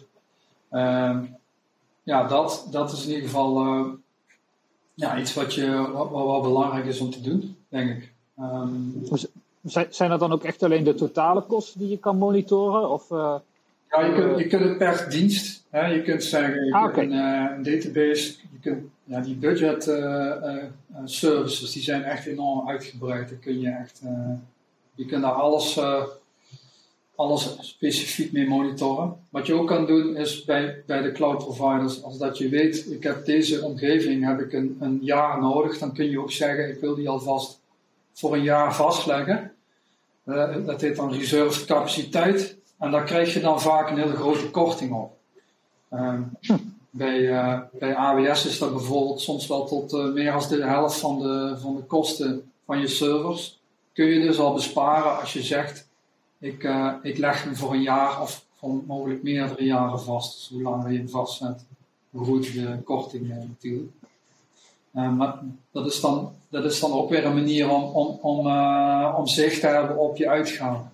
Dat is in ieder geval iets wat belangrijk is om te doen, denk ik. Zijn dat dan ook echt alleen de totale kosten die je kan monitoren? Of, Ja, je kunt het per dienst. Hè? Je kunt zeggen, een database, die budget services, die zijn echt enorm uitgebreid. Daar kun je echt, je kunt daar alles specifiek mee monitoren. Wat je ook kan doen is bij de cloud providers, als dat je weet, ik heb deze omgeving, heb ik een jaar nodig, dan kun je ook zeggen, ik wil die alvast voor een jaar vastleggen. Dat heet dan reserved capaciteit. En daar krijg je dan vaak een hele grote korting op. Bij AWS is dat bijvoorbeeld soms wel tot meer dan de helft van de kosten van je servers. Kun je dus al besparen als je zegt, ik leg hem voor een jaar of voor mogelijk meerdere jaren vast. Dus hoe langer je hem vastzet, hoe groter de korting natuurlijk. Maar dat is dan ook weer een manier om zicht te hebben op je uitgaven.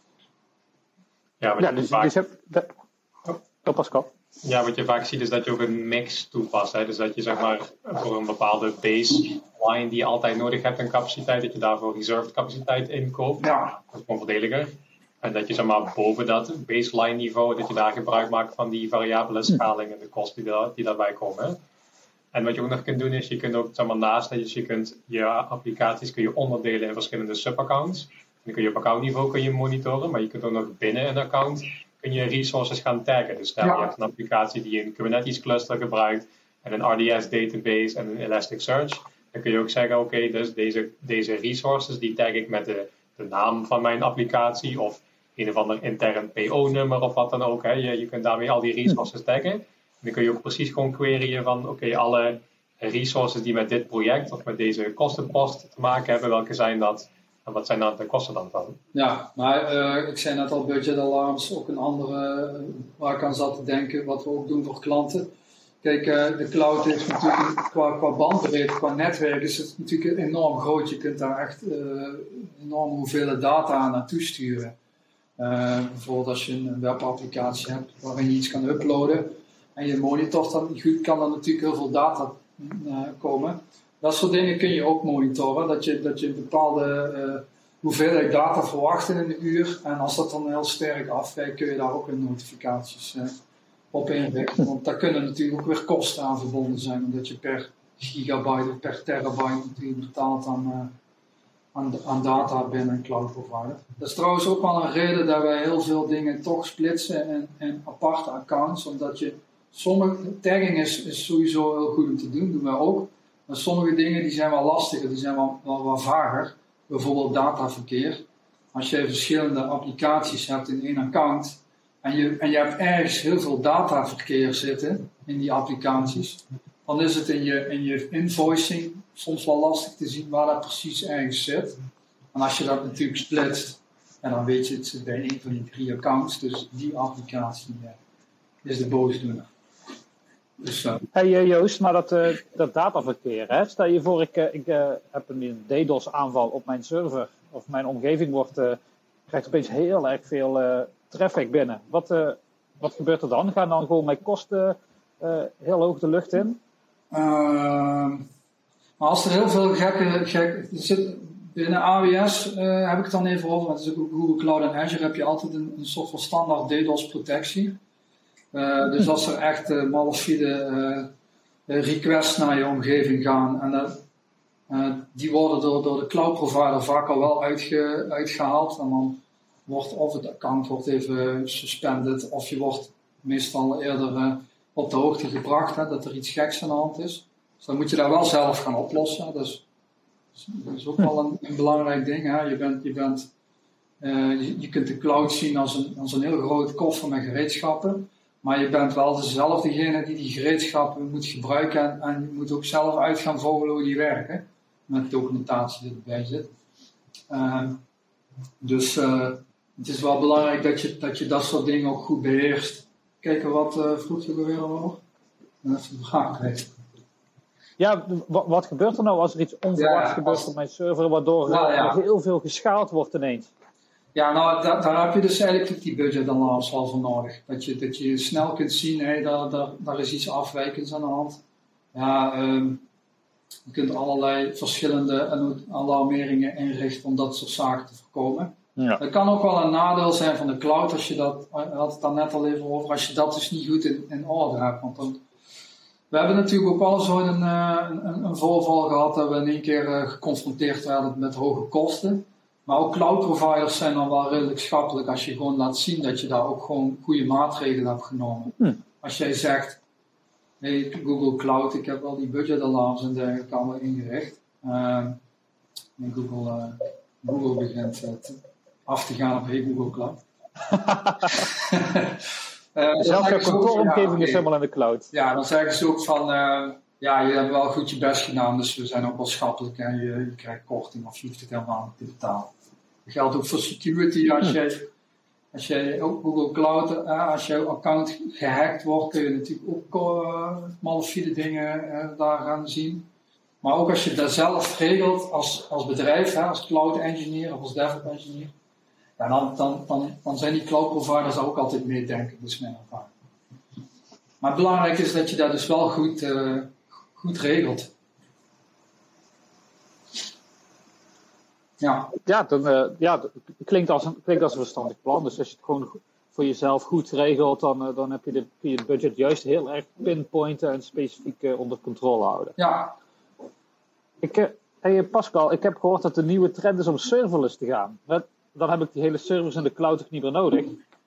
Pascal. Ja, wat je vaak ziet is dat je ook een mix toepast. Hè? Dus dat je zeg maar voor een bepaalde baseline die je altijd nodig hebt aan capaciteit, dat je daarvoor reserved capaciteit inkoopt. Ja. Dat is gewoon voordeliger. En dat je zeg maar boven dat baseline niveau, dat je daar gebruik maakt van die variabele schaling en de kosten die daarbij komen. Hè? En wat je ook nog kunt doen is, je kunt ook zeg maar, naast dat je kunt je applicaties kun je onderdelen in verschillende subaccounts. Dan kun je op accountniveau monitoren, maar je kunt ook nog binnen een account kun je resources gaan taggen. Dus stel je hebt een applicatie die een Kubernetes cluster gebruikt en een RDS database en een Elasticsearch. Dan kun je ook zeggen, oké, dus deze resources die tag ik met de naam van mijn applicatie of een of ander intern PO-nummer of wat dan ook. Hè. Je kunt daarmee al die resources taggen. En dan kun je ook precies gewoon queryen van alle resources die met dit project of met deze kostenpost te maken hebben, welke zijn dat? En wat zijn dan de kosten dan van? Ja, maar ik zei net al, budget alarms, ook een andere waar ik aan zat te denken, wat we ook doen voor klanten. Kijk, de cloud is natuurlijk qua bandbreedte, qua netwerk is het natuurlijk enorm groot. Je kunt daar echt enorme hoeveelheid data naartoe sturen. Bijvoorbeeld als je een webapplicatie hebt waarin je iets kan uploaden en je monitort dat niet goed, kan er natuurlijk heel veel data komen. Dat soort dingen kun je ook monitoren, dat je een bepaalde hoeveelheid data verwacht in een uur. En als dat dan heel sterk afwijkt, kun je daar ook weer notificaties op inrichten. Want daar kunnen natuurlijk ook weer kosten aan verbonden zijn, omdat je per gigabyte of per terabyte natuurlijk betaalt aan data binnen een cloud provider. Dat is trouwens ook wel een reden dat wij heel veel dingen toch splitsen in aparte accounts, omdat je sommige tagging is sowieso heel goed om te doen wij ook. Maar sommige dingen die zijn wel lastiger, die zijn wel wat vager. Bijvoorbeeld dataverkeer. Als je verschillende applicaties hebt in één account en je hebt ergens heel veel dataverkeer zitten in die applicaties, dan is het in je invoicing soms wel lastig te zien waar dat precies ergens zit. En als je dat natuurlijk splitst, en dan weet je het zit bij één van die 3 accounts, dus die applicatie is de boosdoener. Dus, Hey Joost, maar dat dataverkeer, hè? Stel je voor ik heb een DDoS aanval op mijn server of mijn omgeving krijgt opeens heel erg veel traffic binnen. Wat gebeurt er dan? Gaan dan gewoon mijn kosten heel hoog de lucht in? Maar als er heel veel gekke zit binnen AWS heb ik het dan even over, want het is ook Google Cloud en Azure heb je altijd een soort van standaard DDoS protectie. Dus als er echt malafide requests naar je omgeving gaan en die worden door de cloud provider vaak al wel uitgehaald en dan wordt of het account even suspended of je wordt meestal eerder op de hoogte gebracht dat er iets geks aan de hand is. Dus dan moet je daar wel zelf gaan oplossen. Dus dat is ook wel een belangrijk ding. Hè. Je kunt de cloud zien als een heel groot koffer met gereedschappen. Maar je bent wel zelf degene die gereedschappen moet gebruiken en je moet ook zelf uit gaan vogelen hoe die werken. Met documentatie die erbij zit. Dus het is wel belangrijk dat je dat soort dingen ook goed beheerst. Kijken wat vroeg je weer over? Even de vraag krijgen. Ja, wat gebeurt er nou als er iets onverwachts gebeurt op mijn server, waardoor heel veel geschaald wordt ineens? Ja, nou, daar heb je dus eigenlijk die budget alarms wel voor nodig. Dat je snel kunt zien, daar is iets afwijkends aan de hand. Ja, je kunt allerlei verschillende alarmeringen inrichten om dat soort zaken te voorkomen. Ja. Dat kan ook wel een nadeel zijn van de cloud, als je dat, we hadden het daar net al even over, als je dat dus niet goed in orde hebt. Want we hebben natuurlijk ook wel eens een voorval gehad dat we in één keer geconfronteerd werden met hoge kosten. Maar ook cloud providers zijn dan wel redelijk schappelijk als je gewoon laat zien dat je daar ook gewoon goede maatregelen hebt genomen. Als jij zegt, hey Google Cloud, ik heb wel die budget alarms en dergelijke allemaal ingericht. En Google begint af te gaan op hey Google Cloud. Zelfs de kantooromgeving is helemaal in de cloud. Ja, dan zeggen ze ook van, je hebt wel goed je best gedaan, dus we zijn ook wel schappelijk en je krijgt korting of je hoeft het helemaal niet te betalen. Dat geldt ook voor security. Als jij ook Google Cloud, als jouw account gehackt wordt, kun je natuurlijk ook malafide dingen daar gaan zien. Maar ook als je dat zelf regelt als bedrijf, als cloud engineer of als DevOps engineer, ja, dan zijn die cloud providers daar ook altijd mee denken, dus mijn ervaring. Maar het belangrijke is dat je dat dus wel goed regelt. Ja, klinkt als een verstandig plan. Dus als je het gewoon voor jezelf goed regelt, dan heb je je budget juist heel erg pinpointen en specifiek onder controle houden. Ja. Pascal, ik heb gehoord dat de nieuwe trend is om serverless te gaan. Dan heb ik die hele servers in de cloud ook niet meer nodig.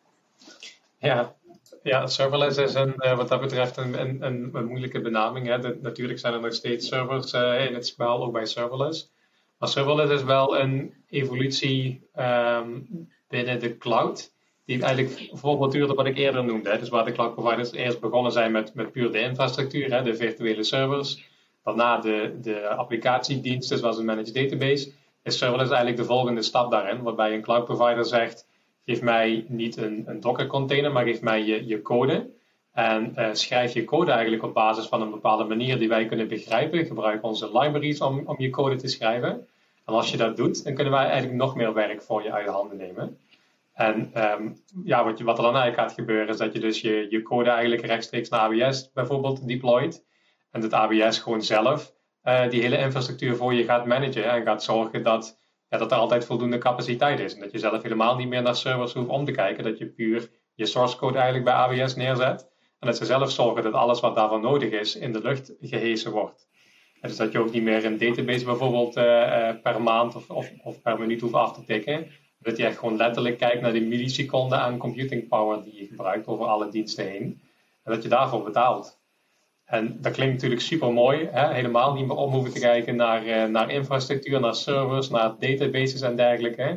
Ja, serverless is wat dat betreft een moeilijke benaming. Hè. Natuurlijk zijn er nog steeds servers in het spel, ook bij serverless. Maar serverless is wel een evolutie binnen de cloud, die eigenlijk voortborduurde wat ik eerder noemde. Hè. Dus waar de cloud providers eerst begonnen zijn met puur de infrastructuur, hè, de virtuele servers. Daarna de applicatiediensten zoals een managed database. Is serverless eigenlijk de volgende stap daarin, waarbij een cloud provider zegt, geef mij niet een Docker container, maar geef mij je code. En schrijf je code eigenlijk op basis van een bepaalde manier die wij kunnen begrijpen. Gebruik onze libraries om je code te schrijven. En als je dat doet, dan kunnen wij eigenlijk nog meer werk voor je uit de handen nemen. En wat er dan eigenlijk gaat gebeuren, is dat je dus je code eigenlijk rechtstreeks naar AWS bijvoorbeeld deployt. En dat AWS gewoon zelf die hele infrastructuur voor je gaat managen. En gaat zorgen dat er altijd voldoende capaciteit is. En dat je zelf helemaal niet meer naar servers hoeft om te kijken. Dat je puur je source code eigenlijk bij AWS neerzet. En dat ze zelf zorgen dat alles wat daarvoor nodig is in de lucht gehesen wordt. En dus dat je ook niet meer een database bijvoorbeeld per maand of per minuut hoeft af te tikken. Dat je echt gewoon letterlijk kijkt naar de milliseconden aan computing power die je gebruikt over alle diensten heen. En dat je daarvoor betaalt. En dat klinkt natuurlijk super mooi. Helemaal niet meer om hoeven te kijken naar infrastructuur, naar servers, naar databases en dergelijke.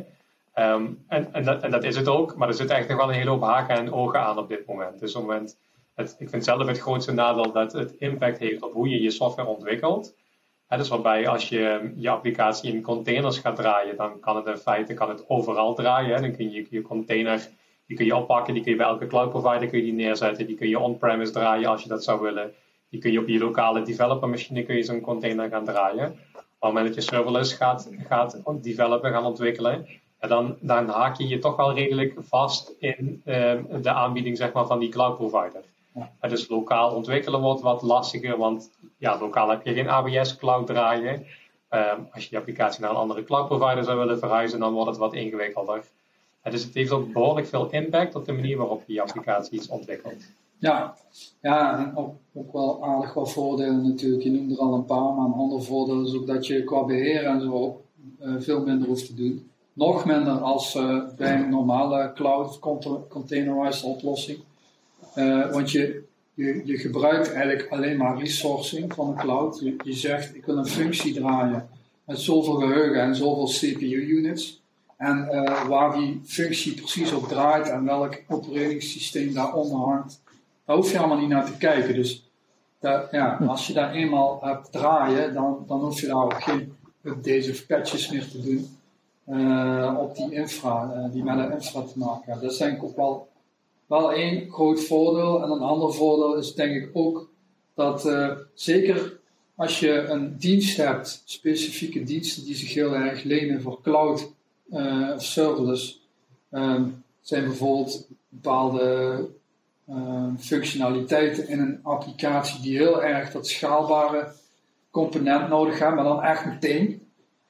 En dat is het ook. Maar er zit echt nog wel een hele hoop haken en ogen aan op dit moment. Dus op het moment, ik vind zelf het grootste nadeel dat het impact heeft op hoe je je software ontwikkelt. Dus waarbij als je je applicatie in containers gaat draaien, dan kan het in feite overal draaien. Dan kun je je container, die kun je oppakken, die kun je bij elke cloud provider kun je die neerzetten. Die kun je on-premise draaien als je dat zou willen. Die kun je op je lokale developermachine kun je zo'n container gaan draaien. Op het moment dat je serverless gaat developen, gaan ontwikkelen, dan haak je je toch wel redelijk vast in de aanbieding zeg maar, van die cloud provider. Ja. Dus lokaal ontwikkelen wordt wat lastiger, want lokaal heb je geen AWS cloud draaien. Als je je applicatie naar een andere cloud provider zou willen verhuizen, dan wordt het wat ingewikkelder. Dus het heeft ook behoorlijk veel impact op de manier waarop je je applicaties ontwikkelt. Ja, en ook wel aardig wat voordelen natuurlijk. Je noemde er al een paar, maar een ander voordeel is ook dat je qua beheer en zo veel minder hoeft te doen. Nog minder als bij een normale cloud containerized oplossing. Want je gebruikt eigenlijk alleen maar resourcing van de cloud. Je zegt, ik wil een functie draaien met zoveel geheugen en zoveel CPU-units. En waar die functie precies op draait en welk operating daaronder hangt, daar hoef je allemaal niet naar te kijken. Dus als je daar eenmaal hebt draaien, dan hoef je daar ook geen updates of patches meer te doen op die infra, die met de infra te maken hebben. Dat is denk ik ook wel één groot voordeel. En een ander voordeel is denk ik ook dat zeker als je een dienst hebt, specifieke diensten die zich heel erg lenen voor cloud of serverless, zijn bijvoorbeeld bepaalde functionaliteiten in een applicatie die heel erg dat schaalbare component nodig hebben, maar dan echt meteen.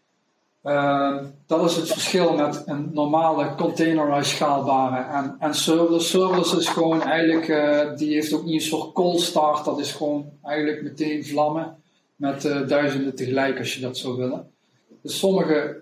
Dat is het verschil met een normale containerized schaalbare en serverless. Serverless is gewoon eigenlijk, die heeft ook niet een soort cold start, dat is gewoon eigenlijk meteen vlammen met duizenden tegelijk als je dat zou willen. Dus sommige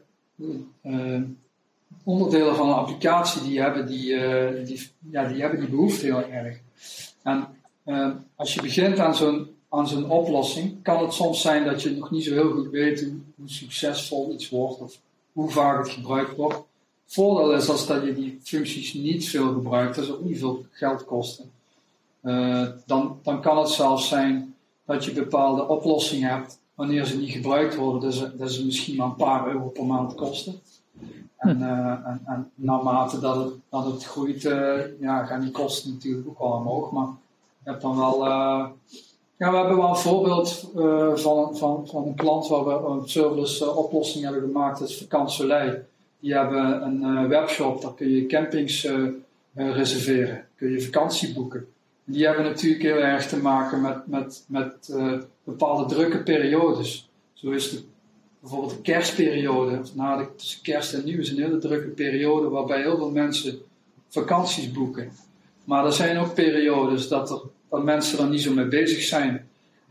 onderdelen van een applicatie die hebben die behoefte heel erg. En als je begint aan zo'n oplossing, kan het soms zijn dat je nog niet zo heel goed weet hoe succesvol iets wordt of hoe vaak het gebruikt wordt. Het voordeel is dat je die functies niet veel gebruikt, dat is ook niet veel geld kosten. Dan kan het zelfs zijn dat je bepaalde oplossingen hebt wanneer ze niet gebruikt worden, dat ze misschien maar een paar euro per maand kosten. En naarmate dat het groeit, gaan die kosten natuurlijk ook wel omhoog. Maar je hebt dan wel. We hebben wel een voorbeeld van een klant waar we een serverless oplossing hebben gemaakt. Dat is Vakant Soleil. Die hebben een webshop, daar kun je campings reserveren. Kun je vakantie boeken. Die hebben natuurlijk heel erg te maken met bepaalde drukke periodes. Zo is het bijvoorbeeld de kerstperiode, tussen kerst en nieuw is een hele drukke periode waarbij heel veel mensen vakanties boeken. Maar er zijn ook periodes dat mensen er niet zo mee bezig zijn.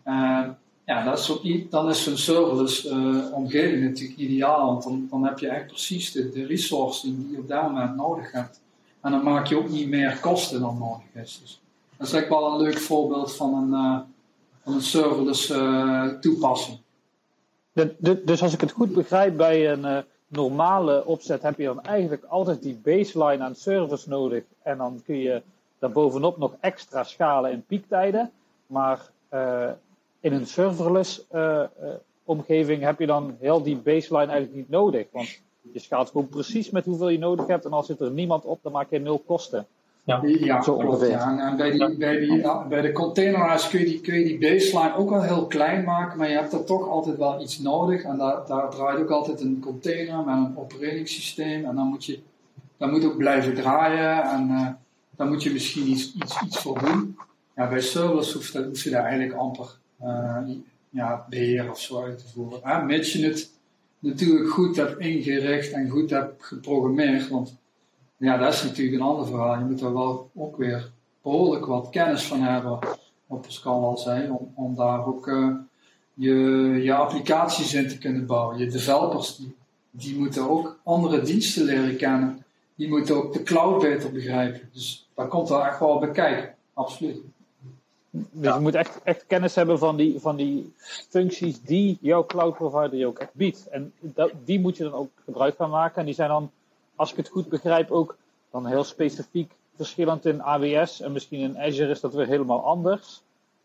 Dan is zo'n serverless omgeving natuurlijk ideaal, want dan heb je echt precies de resourcing die je op dat moment nodig hebt. En dan maak je ook niet meer kosten dan nodig is. Dus dat is echt wel een leuk voorbeeld van een serverless toepassing. Dus als ik het goed begrijp, bij een normale opzet heb je dan eigenlijk altijd die baseline aan servers nodig. En dan kun je daarbovenop nog extra schalen in piektijden. Maar in een serverless omgeving heb je dan heel die baseline eigenlijk niet nodig. Want je schaalt gewoon precies met hoeveel je nodig hebt. En als zit er niemand op, dan maak je 0 kosten. Ja, zo klopt. Ja. En bij de containers kun je die baseline ook wel heel klein maken, maar je hebt er toch altijd wel iets nodig. En daar draait ook altijd een container met een operating-systeem. En dan moet ook blijven draaien. En daar moet je misschien iets voor doen. Ja, bij serverless hoef je daar eigenlijk amper beheer of zo uit te voeren. Mits je het natuurlijk goed hebt ingericht en goed hebt geprogrammeerd. Want ja, dat is natuurlijk een ander verhaal. Je moet er wel ook weer behoorlijk wat kennis van hebben, wat Pascal al zei, om daar ook je applicaties in te kunnen bouwen. Je developers, die moeten ook andere diensten leren kennen. Die moeten ook de cloud beter begrijpen. Dus daar komt er echt wel bij kijken. Absoluut. Dus je moet echt kennis hebben van die functies die jouw cloud provider je ook echt biedt. En die moet je dan ook gebruik van maken. En die zijn dan, als ik het goed begrijp, ook dan heel specifiek verschillend in AWS. En misschien in Azure is dat weer helemaal anders.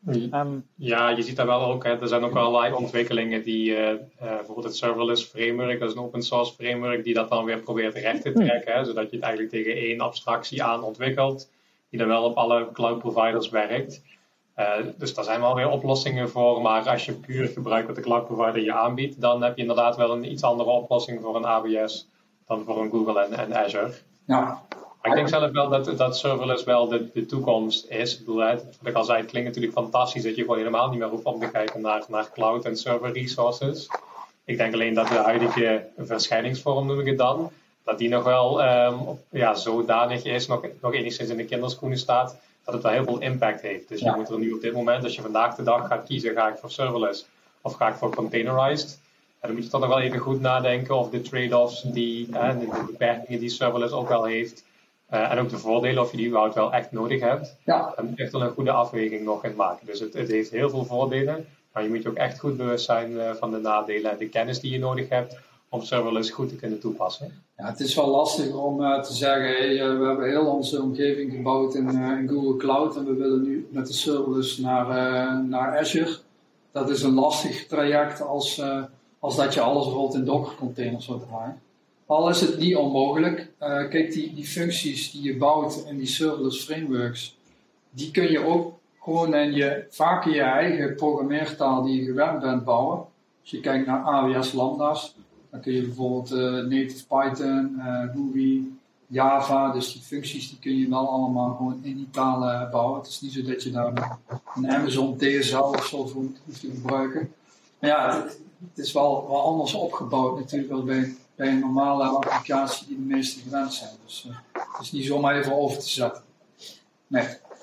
Ja, je ziet dat wel ook. Hè. Er zijn ook allerlei ontwikkelingen die bijvoorbeeld het serverless framework, dat is een open source framework, die dat dan weer probeert recht te trekken. Hè, zodat je het eigenlijk tegen één abstractie aan ontwikkelt, die dan wel op alle cloud providers werkt. Dus daar zijn wel weer oplossingen voor, maar als je puur gebruikt wat de cloud provider je aanbiedt, dan heb je inderdaad wel een iets andere oplossing voor een AWS dan voor een Google en Azure. Ja. Maar ik denk zelf wel dat serverless wel de toekomst is. Ik bedoel, wat ik al zei, het klinkt natuurlijk fantastisch dat je gewoon helemaal niet meer hoeft om te kijken naar cloud en server resources. Ik denk alleen dat de huidige verschijningsvorm, noem ik het dan, dat die nog wel zodanig is, nog enigszins in de kinderschoenen staat, dat het wel heel veel impact heeft. Dus je moet er nu op dit moment, als je vandaag de dag gaat kiezen, ga ik voor serverless of ga ik voor containerized, dan moet je toch nog wel even goed nadenken of de trade-offs en de beperkingen die serverless ook wel heeft, en ook de voordelen, of je die überhaupt wel echt nodig hebt. Ja. Daar moet je echt wel een goede afweging nog in maken. Dus het heeft heel veel voordelen, maar je moet je ook echt goed bewust zijn van de nadelen en de kennis die je nodig hebt om serverless goed te kunnen toepassen. Ja, het is wel lastig om te zeggen, we hebben heel onze omgeving gebouwd in Google Cloud en we willen nu met de serverless naar Azure. Dat is een lastig traject als dat je alles bijvoorbeeld in Docker containers zou draaien. Al is het niet onmogelijk. Kijk, die functies die je bouwt in die serverless frameworks, die kun je ook gewoon vaak in je eigen programmeertaal die je gewend bent bouwen. Als je kijkt naar AWS Lambda's, dan kun je bijvoorbeeld native Python, Ruby, Java, dus die functies die kun je wel allemaal gewoon in die taal bouwen. Het is niet zo dat je daar een Amazon DSL of zo voor hoeft te gebruiken. Maar ja, het is wel anders opgebouwd natuurlijk wel bij een normale applicatie die de meesten gewend zijn. Dus het is niet zomaar even over te zetten. Nee.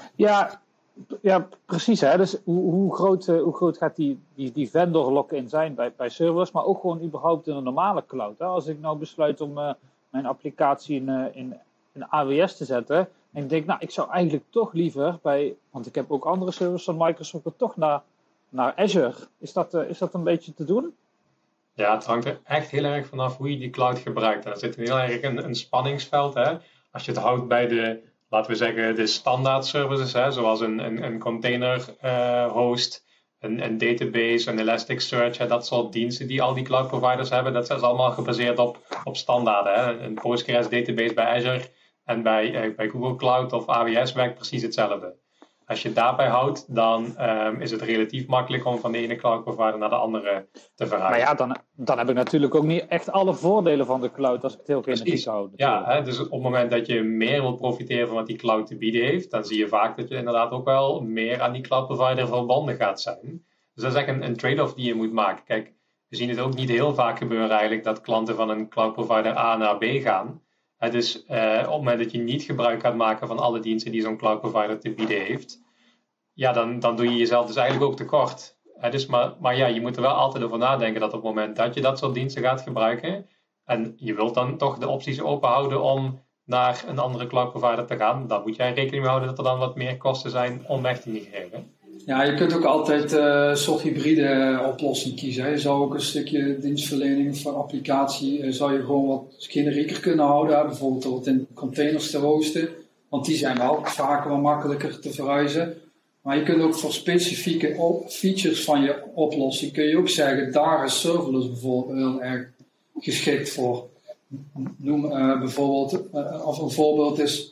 Ja, precies. Hè? Dus hoe groot gaat die vendor lock-in zijn bij servers, maar ook gewoon überhaupt in een normale cloud. Hè? Als ik nou besluit om mijn applicatie in AWS te zetten, en ik denk, ik zou eigenlijk toch liever want ik heb ook andere servers van Microsoft, toch naar Azure. Is dat een beetje te doen? Ja, het hangt er echt heel erg vanaf hoe je die cloud gebruikt. En er zit heel erg een spanningsveld. Hè? Als je het houdt bij laten we zeggen, de standaard services, hè, zoals een container host, een database, een Elasticsearch, hè, dat soort diensten die al die cloud providers hebben, dat is allemaal gebaseerd op standaarden. Hè. Een Postgres database bij Azure en bij Google Cloud of AWS werkt precies hetzelfde. Als je het daarbij houdt, dan is het relatief makkelijk om van de ene cloud provider naar de andere te verhuizen. Maar ja, dan heb ik natuurlijk ook niet echt alle voordelen van de cloud als ik het heel generiek hou. Ja, dus op het moment dat je meer wilt profiteren van wat die cloud te bieden heeft, dan zie je vaak dat je inderdaad ook wel meer aan die cloud provider verbonden gaat zijn. Dus dat is echt een trade-off die je moet maken. Kijk, we zien het ook niet heel vaak gebeuren eigenlijk dat klanten van een cloud provider A naar B gaan. Dus op het moment dat je niet gebruik gaat maken van alle diensten die zo'n cloud provider te bieden heeft, ja, dan doe je jezelf dus eigenlijk ook tekort. Dus maar ja, je moet er wel altijd over nadenken dat op het moment dat je dat soort diensten gaat gebruiken, en je wilt dan toch de opties open houden om naar een andere cloud provider te gaan, dan moet jij rekening mee houden dat er dan wat meer kosten zijn om weg te migreren. Ja, je kunt ook altijd een soort hybride oplossing kiezen. Hè. Je zou ook een stukje dienstverlening van applicatie, zou je gewoon wat generieker kunnen houden. Hè. Bijvoorbeeld wat in containers te hosten, want die zijn wel vaker wel makkelijker te verhuizen. Maar je kunt ook voor specifieke features van je oplossing, kun je ook zeggen, daar is serverless bijvoorbeeld heel erg geschikt voor. Noem bijvoorbeeld, of een voorbeeld is,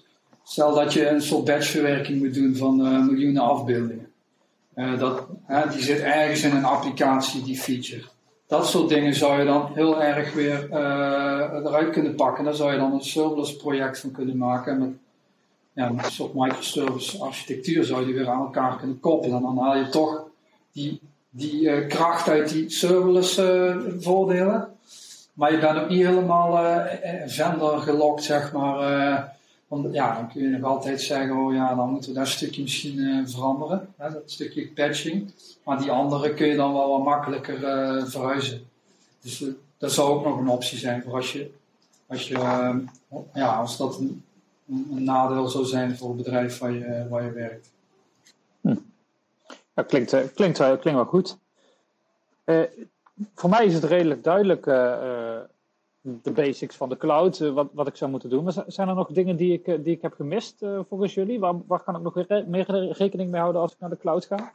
Stel dat je een soort batchverwerking moet doen van miljoenen afbeeldingen. Die zit ergens in een applicatie, die feature. Dat soort dingen zou je dan heel erg weer eruit kunnen pakken. Daar zou je dan een serverless project van kunnen maken. En met een soort microservice architectuur zou je die weer aan elkaar kunnen koppelen. En dan haal je toch die kracht uit die serverless voordelen. Maar je bent ook niet helemaal vendor gelokt, zeg maar. Want dan kun je nog altijd zeggen, dan moeten we dat stukje misschien veranderen. Dat stukje patching. Maar die andere kun je dan wel wat makkelijker verhuizen. Dus dat zou ook nog een optie zijn voor als dat een nadeel zou zijn voor het bedrijf waar je werkt. Dat klinkt wel goed. Voor mij is het redelijk duidelijk de basics van de cloud, wat ik zou moeten doen. Maar zijn er nog dingen die ik heb gemist volgens jullie? Waar kan ik nog meer rekening mee houden als ik naar de cloud ga?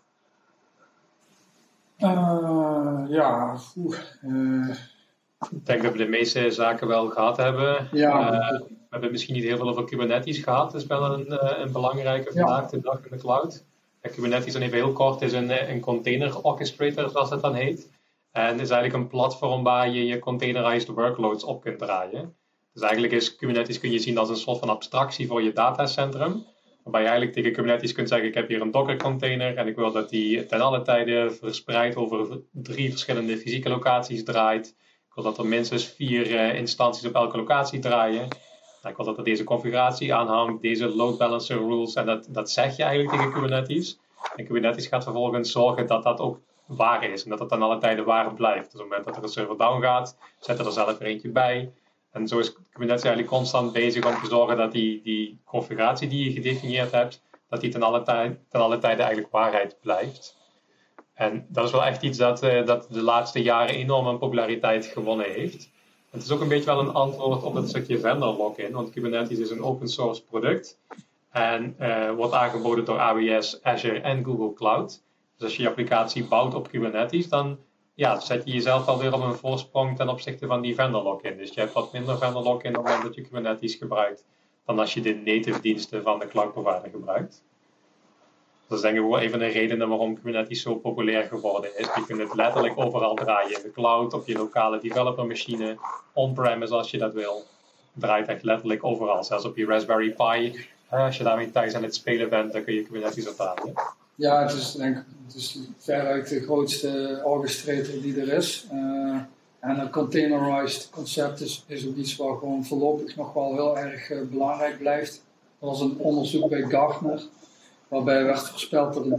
Ik denk dat we de meeste zaken wel gehad hebben. We hebben misschien niet heel veel over Kubernetes gehad. Dat is wel een belangrijke vandaag de dag in de cloud. Kubernetes, dan even heel kort, is een container orchestrator, zoals het dan heet. En het is eigenlijk een platform waar je containerized workloads op kunt draaien. Dus eigenlijk is Kubernetes, kun je zien als een soort van abstractie voor je datacentrum. Waarbij je eigenlijk tegen Kubernetes kunt zeggen, ik heb hier een Docker container en ik wil dat die ten alle tijde verspreid over 3 verschillende fysieke locaties draait. Ik wil dat er minstens 4 instanties op elke locatie draaien. Ik wil dat er deze configuratie aanhangt, deze load balancer rules. En dat zeg je eigenlijk tegen Kubernetes. En Kubernetes gaat vervolgens zorgen dat dat ook waar is. En dat het ten alle tijde waar blijft. Dus op het moment dat er een server down gaat, zet er zelf er eentje bij. En zo is Kubernetes eigenlijk constant bezig om te zorgen dat die configuratie die je gedefinieerd hebt, dat die ten alle tijde eigenlijk waarheid blijft. En dat is wel echt iets dat de laatste jaren enorm aan populariteit gewonnen heeft. Het is ook een beetje wel een antwoord op het stukje vendor lock-in, want Kubernetes is een open source product en wordt aangeboden door AWS, Azure en Google Cloud. Dus als je je applicatie bouwt op Kubernetes, dan zet je jezelf alweer op een voorsprong ten opzichte van die vendor lock-in. Dus je hebt wat minder vendor lock-in op het moment dat je Kubernetes gebruikt, dan als je de native diensten van de cloud provider gebruikt. Dat is denk ik wel een van de redenen waarom Kubernetes zo populair geworden is. Je kunt het letterlijk overal draaien. In de cloud, op je lokale developermachine, on-premise als je dat wil. Het draait echt letterlijk overal. Zelfs op je Raspberry Pi. Als je daarmee thuis aan het spelen bent, dan kun je Kubernetes op draaien. Ja, het is veruit de grootste orchestrator die er is. En een containerized concept is ook iets wat gewoon voorlopig nog wel heel erg belangrijk blijft. Er was een onderzoek bij Gartner, waarbij werd voorspeld dat in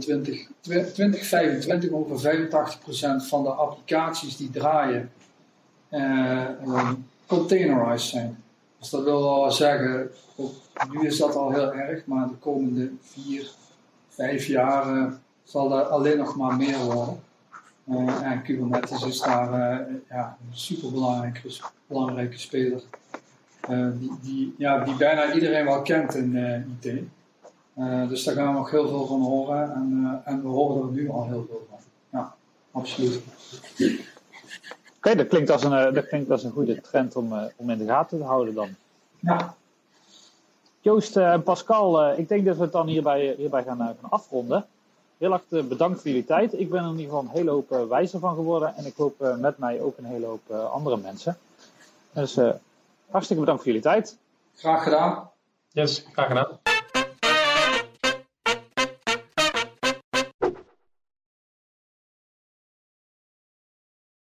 2025 ongeveer 85% van de applicaties die draaien containerized zijn. Dus dat wil wel zeggen, nu is dat al heel erg, maar de komende 4-5 jaar zal dat alleen nog maar meer worden. En Kubernetes is daar een super belangrijke speler. Die bijna iedereen wel kent in IT. Dus daar gaan we nog heel veel van horen en we horen er nu al heel veel van. Ja, absoluut. Oké, dat klinkt als een goede trend om in de gaten te houden dan. Ja. Joost en Pascal, ik denk dat we het dan hierbij gaan afronden. Heel erg bedankt voor jullie tijd. Ik ben er in ieder geval een hele hoop wijzer van geworden en ik hoop met mij ook een hele hoop andere mensen. Dus hartstikke bedankt voor jullie tijd. Graag gedaan. Yes, graag gedaan.